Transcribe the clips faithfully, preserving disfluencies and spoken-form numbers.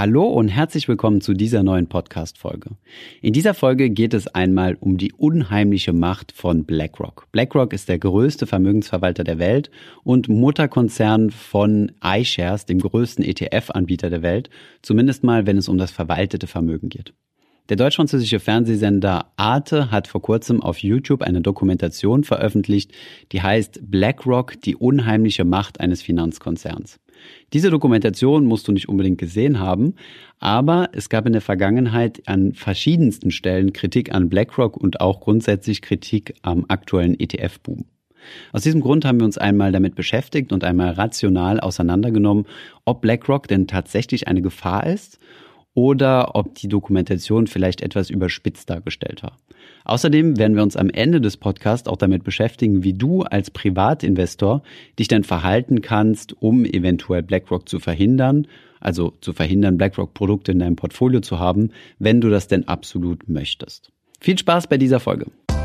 Hallo und herzlich willkommen zu dieser neuen Podcast-Folge. In dieser Folge geht es einmal um die unheimliche Macht von BlackRock. BlackRock ist der größte Vermögensverwalter der Welt und Mutterkonzern von iShares, dem größten E T F-Anbieter der Welt, zumindest mal, wenn es um das verwaltete Vermögen geht. Der deutsch-französische Fernsehsender Arte hat vor kurzem auf YouTube eine Dokumentation veröffentlicht, die heißt BlackRock, die unheimliche Macht eines Finanzkonzerns. Diese Dokumentation musst du nicht unbedingt gesehen haben, aber es gab in der Vergangenheit an verschiedensten Stellen Kritik an BlackRock und auch grundsätzlich Kritik am aktuellen E T F-Boom. Aus diesem Grund haben wir uns einmal damit beschäftigt und einmal rational auseinandergenommen, ob BlackRock denn tatsächlich eine Gefahr ist oder ob die Dokumentation vielleicht etwas überspitzt dargestellt war. Außerdem werden wir uns am Ende des Podcasts auch damit beschäftigen, wie du als Privatinvestor dich dann verhalten kannst, um eventuell BlackRock zu verhindern, also zu verhindern, BlackRock-Produkte in deinem Portfolio zu haben, wenn du das denn absolut möchtest. Viel Spaß bei dieser Folge!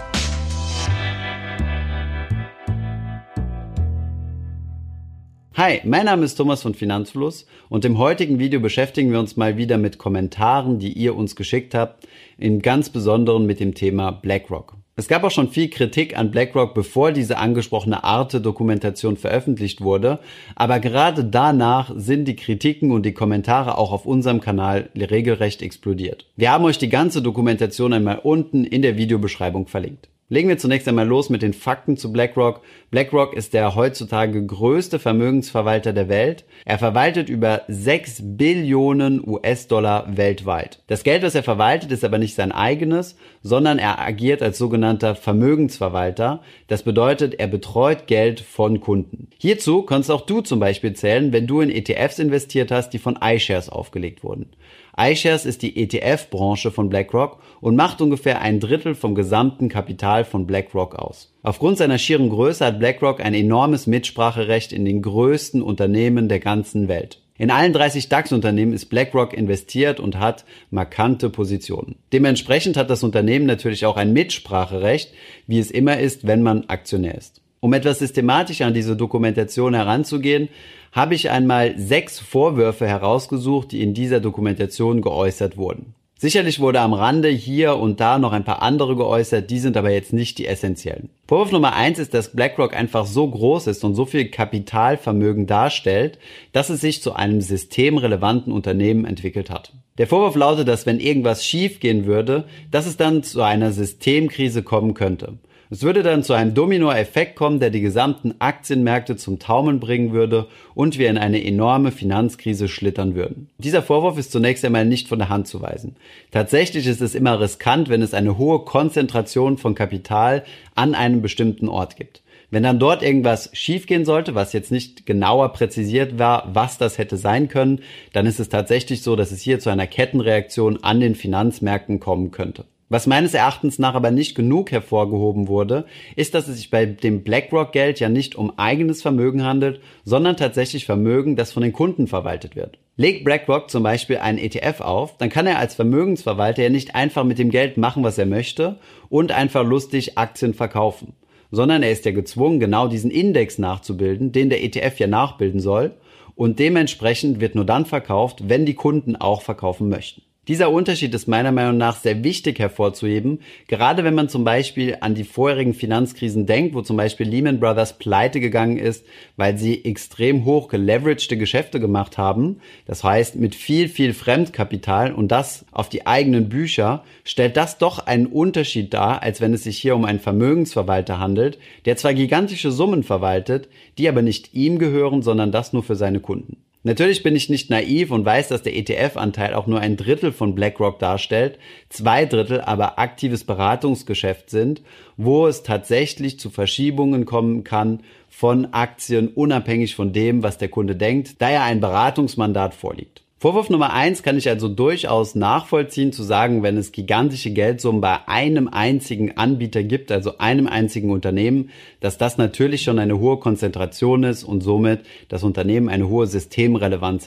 Hi, mein Name ist Thomas von Finanzfluss und im heutigen Video beschäftigen wir uns mal wieder mit Kommentaren, die ihr uns geschickt habt, im ganz Besonderen mit dem Thema BlackRock. Es gab auch schon viel Kritik an BlackRock, bevor diese angesprochene Arte-Dokumentation veröffentlicht wurde, aber gerade danach sind die Kritiken und die Kommentare auch auf unserem Kanal regelrecht explodiert. Wir haben euch die ganze Dokumentation einmal unten in der Videobeschreibung verlinkt. Legen wir zunächst einmal los mit den Fakten zu BlackRock. BlackRock ist der heutzutage größte Vermögensverwalter der Welt. Er verwaltet über sechs Billionen U S-Dollar weltweit. Das Geld, das er verwaltet, ist aber nicht sein eigenes, sondern er agiert als sogenannter Vermögensverwalter. Das bedeutet, er betreut Geld von Kunden. Hierzu kannst auch du zum Beispiel zählen, wenn du in E T Fs investiert hast, die von iShares aufgelegt wurden. iShares ist die E T F-Branche von BlackRock und macht ungefähr ein Drittel vom gesamten Kapital von BlackRock aus. Aufgrund seiner schieren Größe hat BlackRock ein enormes Mitspracherecht in den größten Unternehmen der ganzen Welt. In allen dreißig DAX-Unternehmen ist BlackRock investiert und hat markante Positionen. Dementsprechend hat das Unternehmen natürlich auch ein Mitspracherecht, wie es immer ist, wenn man Aktionär ist. Um etwas systematisch an diese Dokumentation heranzugehen, habe ich einmal sechs Vorwürfe herausgesucht, die in dieser Dokumentation geäußert wurden. Sicherlich wurde am Rande hier und da noch ein paar andere geäußert, die sind aber jetzt nicht die essentiellen. Vorwurf Nummer eins ist, dass BlackRock einfach so groß ist und so viel Kapitalvermögen darstellt, dass es sich zu einem systemrelevanten Unternehmen entwickelt hat. Der Vorwurf lautet, dass wenn irgendwas schief gehen würde, dass es dann zu einer Systemkrise kommen könnte. Es würde dann zu einem Dominoeffekt kommen, der die gesamten Aktienmärkte zum Taumeln bringen würde und wir in eine enorme Finanzkrise schlittern würden. Dieser Vorwurf ist zunächst einmal nicht von der Hand zu weisen. Tatsächlich ist es immer riskant, wenn es eine hohe Konzentration von Kapital an einem bestimmten Ort gibt. Wenn dann dort irgendwas schiefgehen sollte, was jetzt nicht genauer präzisiert war, was das hätte sein können, dann ist es tatsächlich so, dass es hier zu einer Kettenreaktion an den Finanzmärkten kommen könnte. Was meines Erachtens nach aber nicht genug hervorgehoben wurde, ist, dass es sich bei dem BlackRock-Geld ja nicht um eigenes Vermögen handelt, sondern tatsächlich Vermögen, das von den Kunden verwaltet wird. Legt BlackRock zum Beispiel einen E T F auf, dann kann er als Vermögensverwalter ja nicht einfach mit dem Geld machen, was er möchte und einfach lustig Aktien verkaufen, sondern er ist ja gezwungen, genau diesen Index nachzubilden, den der E T F ja nachbilden soll, und dementsprechend wird nur dann verkauft, wenn die Kunden auch verkaufen möchten. Dieser Unterschied ist meiner Meinung nach sehr wichtig hervorzuheben, gerade wenn man zum Beispiel an die vorherigen Finanzkrisen denkt, wo zum Beispiel Lehman Brothers pleite gegangen ist, weil sie extrem hoch geleveragte Geschäfte gemacht haben. Das heißt, mit viel, viel Fremdkapital und das auf die eigenen Bücher, stellt das doch einen Unterschied dar, als wenn es sich hier um einen Vermögensverwalter handelt, der zwar gigantische Summen verwaltet, die aber nicht ihm gehören, sondern das nur für seine Kunden. Natürlich bin ich nicht naiv und weiß, dass der E T F-Anteil auch nur ein Drittel von BlackRock darstellt, zwei Drittel aber aktives Beratungsgeschäft sind, wo es tatsächlich zu Verschiebungen kommen kann von Aktien, unabhängig von dem, was der Kunde denkt, da ja ein Beratungsmandat vorliegt. Vorwurf Nummer eins kann ich also durchaus nachvollziehen, zu sagen, wenn es gigantische Geldsummen bei einem einzigen Anbieter gibt, also einem einzigen Unternehmen, dass das natürlich schon eine hohe Konzentration ist und somit das Unternehmen eine hohe Systemrelevanz hat.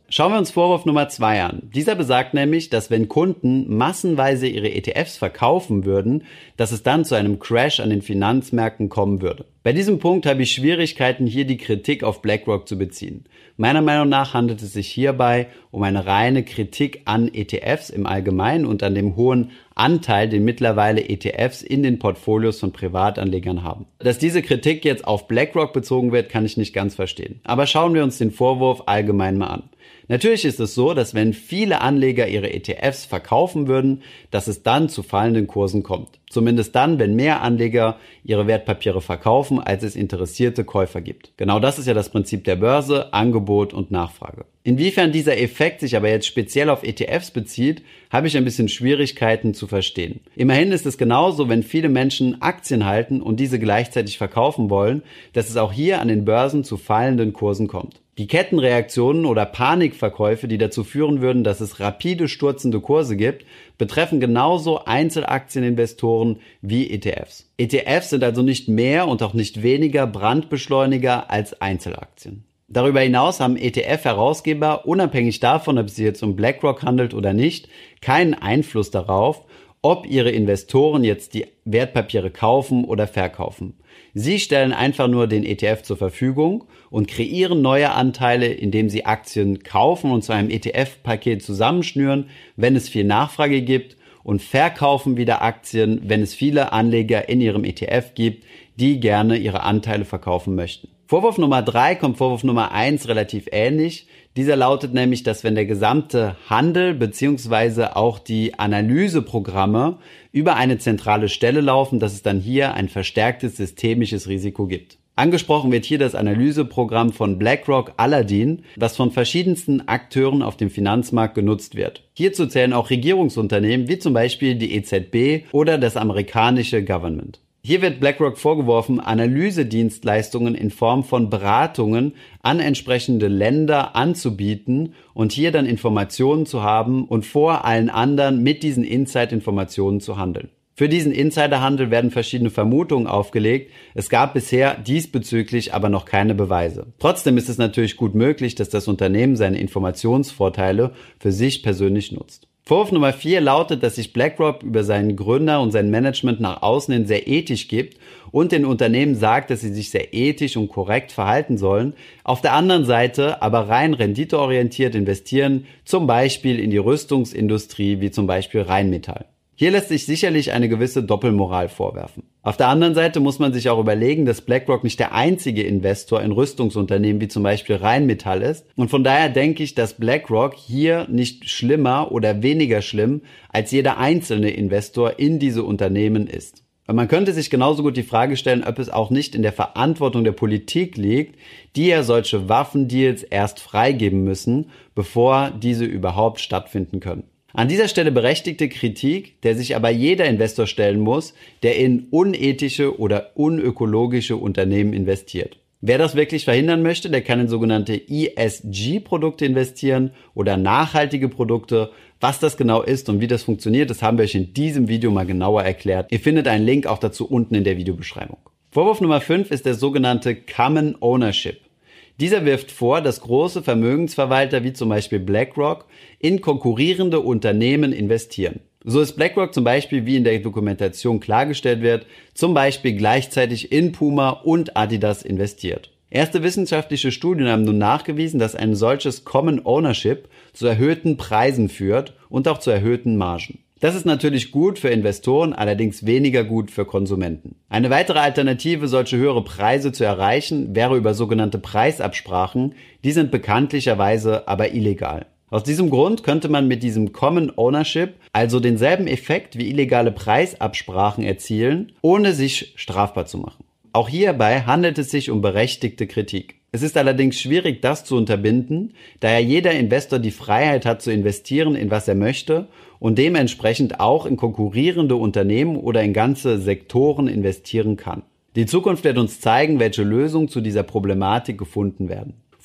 Schauen wir uns Vorwurf Nummer zwei an. Dieser besagt nämlich, dass wenn Kunden massenweise ihre E T Fs verkaufen würden, dass es dann zu einem Crash an den Finanzmärkten kommen würde. Bei diesem Punkt habe ich Schwierigkeiten, hier die Kritik auf BlackRock zu beziehen. Meiner Meinung nach handelt es sich hierbei um eine reine Kritik an E T Fs im Allgemeinen und an dem hohen Anteil, den mittlerweile E T Fs in den Portfolios von Privatanlegern haben. Dass diese Kritik jetzt auf BlackRock bezogen wird, kann ich nicht ganz verstehen. Aber schauen wir uns den Vorwurf allgemein mal an. Natürlich ist es so, dass wenn viele Anleger ihre E T Fs verkaufen würden, dass es dann zu fallenden Kursen kommt. Zumindest dann, wenn mehr Anleger ihre Wertpapiere verkaufen, als es interessierte Käufer gibt. Genau das ist ja das Prinzip der Börse, Angebot und Nachfrage. Inwiefern dieser Effekt sich aber jetzt speziell auf E T Fs bezieht, habe ich ein bisschen Schwierigkeiten zu verstehen. Immerhin ist es genauso, wenn viele Menschen Aktien halten und diese gleichzeitig verkaufen wollen, dass es auch hier an den Börsen zu fallenden Kursen kommt. Die Kettenreaktionen oder Panikverkäufe, die dazu führen würden, dass es rapide sturzende Kurse gibt, betreffen genauso Einzelaktieninvestoren wie E T Fs. E T Fs sind also nicht mehr und auch nicht weniger Brandbeschleuniger als Einzelaktien. Darüber hinaus haben E T F-Herausgeber, unabhängig davon, ob es sich jetzt um BlackRock handelt oder nicht, keinen Einfluss darauf, ob ihre Investoren jetzt die Wertpapiere kaufen oder verkaufen. Sie stellen einfach nur den E T F zur Verfügung und kreieren neue Anteile, indem sie Aktien kaufen und zu einem E T F-Paket zusammenschnüren, wenn es viel Nachfrage gibt, und verkaufen wieder Aktien, wenn es viele Anleger in ihrem E T F gibt, die gerne ihre Anteile verkaufen möchten. Vorwurf Nummer drei kommt Vorwurf Nummer eins relativ ähnlich. Dieser lautet nämlich, dass wenn der gesamte Handel bzw. auch die Analyseprogramme über eine zentrale Stelle laufen, dass es dann hier ein verstärktes systemisches Risiko gibt. Angesprochen wird hier das Analyseprogramm von BlackRock Aladdin, das von verschiedensten Akteuren auf dem Finanzmarkt genutzt wird. Hierzu zählen auch Regierungsunternehmen wie zum Beispiel die E Z B oder das amerikanische Government. Hier wird BlackRock vorgeworfen, Analysedienstleistungen in Form von Beratungen an entsprechende Länder anzubieten und hier dann Informationen zu haben und vor allen anderen mit diesen Insight-Informationen zu handeln. Für diesen Insiderhandel werden verschiedene Vermutungen aufgelegt. Es gab bisher diesbezüglich aber noch keine Beweise. Trotzdem ist es natürlich gut möglich, dass das Unternehmen seine Informationsvorteile für sich persönlich nutzt. Vorwurf Nummer vier lautet, dass sich BlackRock über seinen Gründer und sein Management nach außen hin sehr ethisch gibt und den Unternehmen sagt, dass sie sich sehr ethisch und korrekt verhalten sollen, auf der anderen Seite aber rein renditeorientiert investieren, zum Beispiel in die Rüstungsindustrie wie zum Beispiel Rheinmetall. Hier lässt sich sicherlich eine gewisse Doppelmoral vorwerfen. Auf der anderen Seite muss man sich auch überlegen, dass BlackRock nicht der einzige Investor in Rüstungsunternehmen wie zum Beispiel Rheinmetall ist. Und von daher denke ich, dass BlackRock hier nicht schlimmer oder weniger schlimm als jeder einzelne Investor in diese Unternehmen ist. Und man könnte sich genauso gut die Frage stellen, ob es auch nicht in der Verantwortung der Politik liegt, die ja solche Waffendeals erst freigeben müssen, bevor diese überhaupt stattfinden können. An dieser Stelle berechtigte Kritik, der sich aber jeder Investor stellen muss, der in unethische oder unökologische Unternehmen investiert. Wer das wirklich verhindern möchte, der kann in sogenannte E S G-Produkte investieren oder nachhaltige Produkte. Was das genau ist und wie das funktioniert, das haben wir euch in diesem Video mal genauer erklärt. Ihr findet einen Link auch dazu unten in der Videobeschreibung. Vorwurf Nummer fünf ist der sogenannte Common Ownership. Dieser wirft vor, dass große Vermögensverwalter wie zum Beispiel BlackRock in konkurrierende Unternehmen investieren. So ist BlackRock zum Beispiel, wie in der Dokumentation klargestellt wird, zum Beispiel gleichzeitig in Puma und Adidas investiert. Erste wissenschaftliche Studien haben nun nachgewiesen, dass ein solches Common Ownership zu erhöhten Preisen führt und auch zu erhöhten Margen. Das ist natürlich gut für Investoren, allerdings weniger gut für Konsumenten. Eine weitere Alternative, solche höhere Preise zu erreichen, wäre über sogenannte Preisabsprachen. Die sind bekanntlicherweise aber illegal. Aus diesem Grund könnte man mit diesem Common Ownership also denselben Effekt wie illegale Preisabsprachen erzielen, ohne sich strafbar zu machen. Auch hierbei handelt es sich um berechtigte Kritik. Es ist allerdings schwierig, das zu unterbinden, da ja jeder Investor die Freiheit hat zu investieren, in was er möchte und dementsprechend auch in konkurrierende Unternehmen oder in ganze Sektoren investieren kann. Die Zukunft wird uns zeigen, welche Lösungen zu dieser Problematik gefunden werden.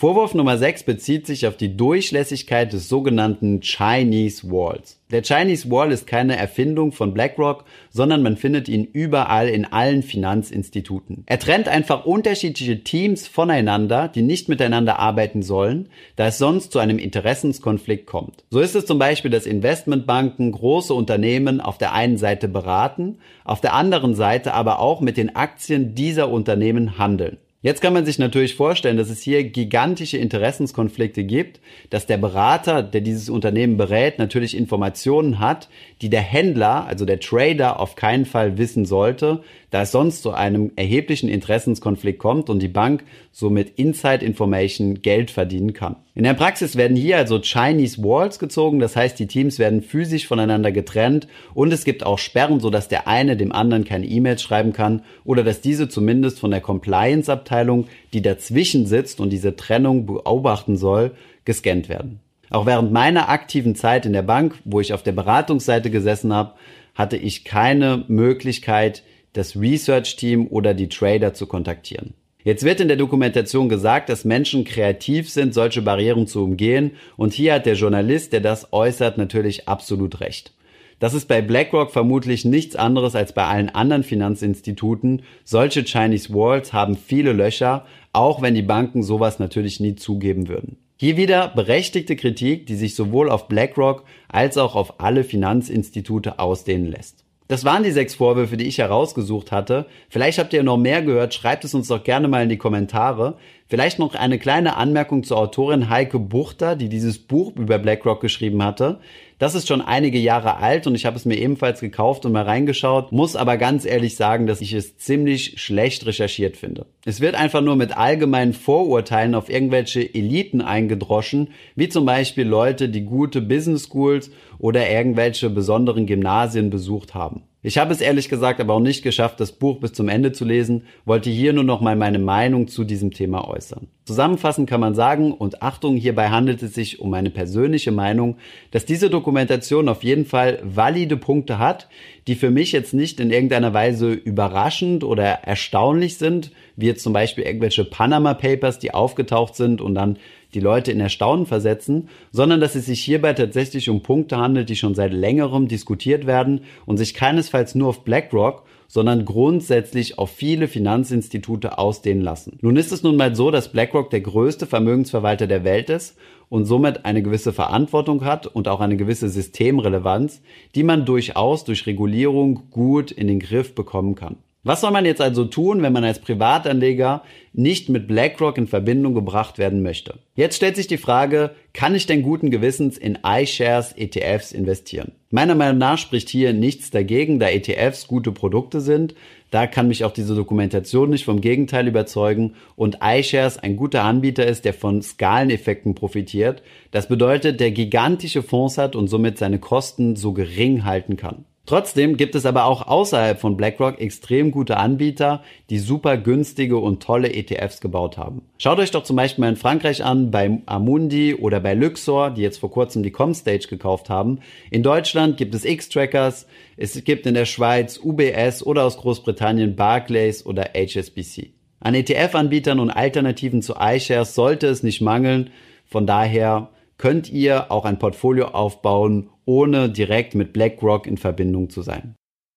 Vorwurf Nummer sechs bezieht sich auf die Durchlässigkeit des sogenannten Chinese Walls. Der Chinese Wall ist keine Erfindung von BlackRock, sondern man findet ihn überall in allen Finanzinstituten. Er trennt einfach unterschiedliche Teams voneinander, die nicht miteinander arbeiten sollen, da es sonst zu einem Interessenskonflikt kommt. So ist es zum Beispiel, dass Investmentbanken große Unternehmen auf der einen Seite beraten, auf der anderen Seite aber auch mit den Aktien dieser Unternehmen handeln. Jetzt kann man sich natürlich vorstellen, dass es hier gigantische Interessenskonflikte gibt, dass der Berater, der dieses Unternehmen berät, natürlich Informationen hat, die der Händler, also der Trader, auf keinen Fall wissen sollte, da es sonst zu einem erheblichen Interessenskonflikt kommt und die Bank somit Inside Information Geld verdienen kann. In der Praxis werden hier also Chinese Walls gezogen, das heißt, die Teams werden physisch voneinander getrennt und es gibt auch Sperren, sodass der eine dem anderen keine E-Mails schreiben kann oder dass diese zumindest von der Compliance-Abteilung, die dazwischen sitzt und diese Trennung beobachten soll, gescannt werden. Auch während meiner aktiven Zeit in der Bank, wo ich auf der Beratungsseite gesessen habe, hatte ich keine Möglichkeit, das Research-Team oder die Trader zu kontaktieren. Jetzt wird in der Dokumentation gesagt, dass Menschen kreativ sind, solche Barrieren zu umgehen, und hier hat der Journalist, der das äußert, natürlich absolut recht. Das ist bei BlackRock vermutlich nichts anderes als bei allen anderen Finanzinstituten. Solche Chinese Walls haben viele Löcher, auch wenn die Banken sowas natürlich nie zugeben würden. Hier wieder berechtigte Kritik, die sich sowohl auf BlackRock als auch auf alle Finanzinstitute ausdehnen lässt. Das waren die sechs Vorwürfe, die ich herausgesucht hatte. Vielleicht habt ihr noch mehr gehört, schreibt es uns doch gerne mal in die Kommentare. Vielleicht noch eine kleine Anmerkung zur Autorin Heike Buchter, die dieses Buch über BlackRock geschrieben hatte. Das ist schon einige Jahre alt und ich habe es mir ebenfalls gekauft und mal reingeschaut, muss aber ganz ehrlich sagen, dass ich es ziemlich schlecht recherchiert finde. Es wird einfach nur mit allgemeinen Vorurteilen auf irgendwelche Eliten eingedroschen, wie zum Beispiel Leute, die gute Business Schools oder irgendwelche besonderen Gymnasien besucht haben. Ich habe es ehrlich gesagt aber auch nicht geschafft, das Buch bis zum Ende zu lesen, wollte hier nur noch mal meine Meinung zu diesem Thema äußern. Zusammenfassend kann man sagen, und Achtung, hierbei handelt es sich um meine persönliche Meinung, dass diese Dokumentation auf jeden Fall valide Punkte hat, die für mich jetzt nicht in irgendeiner Weise überraschend oder erstaunlich sind, wie jetzt zum Beispiel irgendwelche Panama Papers, die aufgetaucht sind und dann die Leute in Erstaunen versetzen, sondern dass es sich hierbei tatsächlich um Punkte handelt, die schon seit längerem diskutiert werden und sich keinesfalls nur auf BlackRock, sondern grundsätzlich auf viele Finanzinstitute ausdehnen lassen. Nun ist es nun mal so, dass BlackRock der größte Vermögensverwalter der Welt ist und somit eine gewisse Verantwortung hat und auch eine gewisse Systemrelevanz, die man durchaus durch Regulierung gut in den Griff bekommen kann. Was soll man jetzt also tun, wenn man als Privatanleger nicht mit BlackRock in Verbindung gebracht werden möchte? Jetzt stellt sich die Frage, kann ich denn guten Gewissens in iShares E T Fs investieren? Meiner Meinung nach spricht hier nichts dagegen, da E T Fs gute Produkte sind. Da kann mich auch diese Dokumentation nicht vom Gegenteil überzeugen und iShares ein guter Anbieter ist, der von Skaleneffekten profitiert. Das bedeutet, der gigantische Fonds hat und somit seine Kosten so gering halten kann. Trotzdem gibt es aber auch außerhalb von BlackRock extrem gute Anbieter, die super günstige und tolle E T Fs gebaut haben. Schaut euch doch zum Beispiel mal in Frankreich an, bei Amundi oder bei Luxor, die jetzt vor kurzem die Comstage gekauft haben. In Deutschland gibt es X-Trackers, es gibt in der Schweiz U B S oder aus Großbritannien Barclays oder H S B C. An E T F-Anbietern und Alternativen zu iShares sollte es nicht mangeln, von daher könnt ihr auch ein Portfolio aufbauen, ohne direkt mit BlackRock in Verbindung zu sein.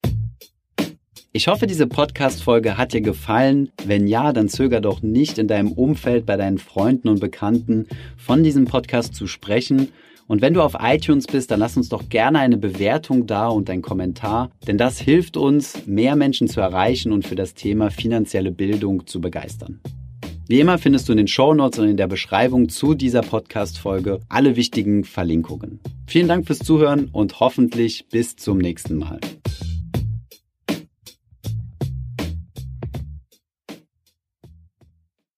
Ich hoffe, diese Podcast-Folge hat dir gefallen. Wenn ja, dann zöger doch nicht, in deinem Umfeld, bei deinen Freunden und Bekannten von diesem Podcast zu sprechen. Und wenn du auf iTunes bist, dann lass uns doch gerne eine Bewertung da und einen Kommentar, denn das hilft uns, mehr Menschen zu erreichen und für das Thema finanzielle Bildung zu begeistern. Wie immer findest du in den Shownotes und in der Beschreibung zu dieser Podcast-Folge alle wichtigen Verlinkungen. Vielen Dank fürs Zuhören und hoffentlich bis zum nächsten Mal.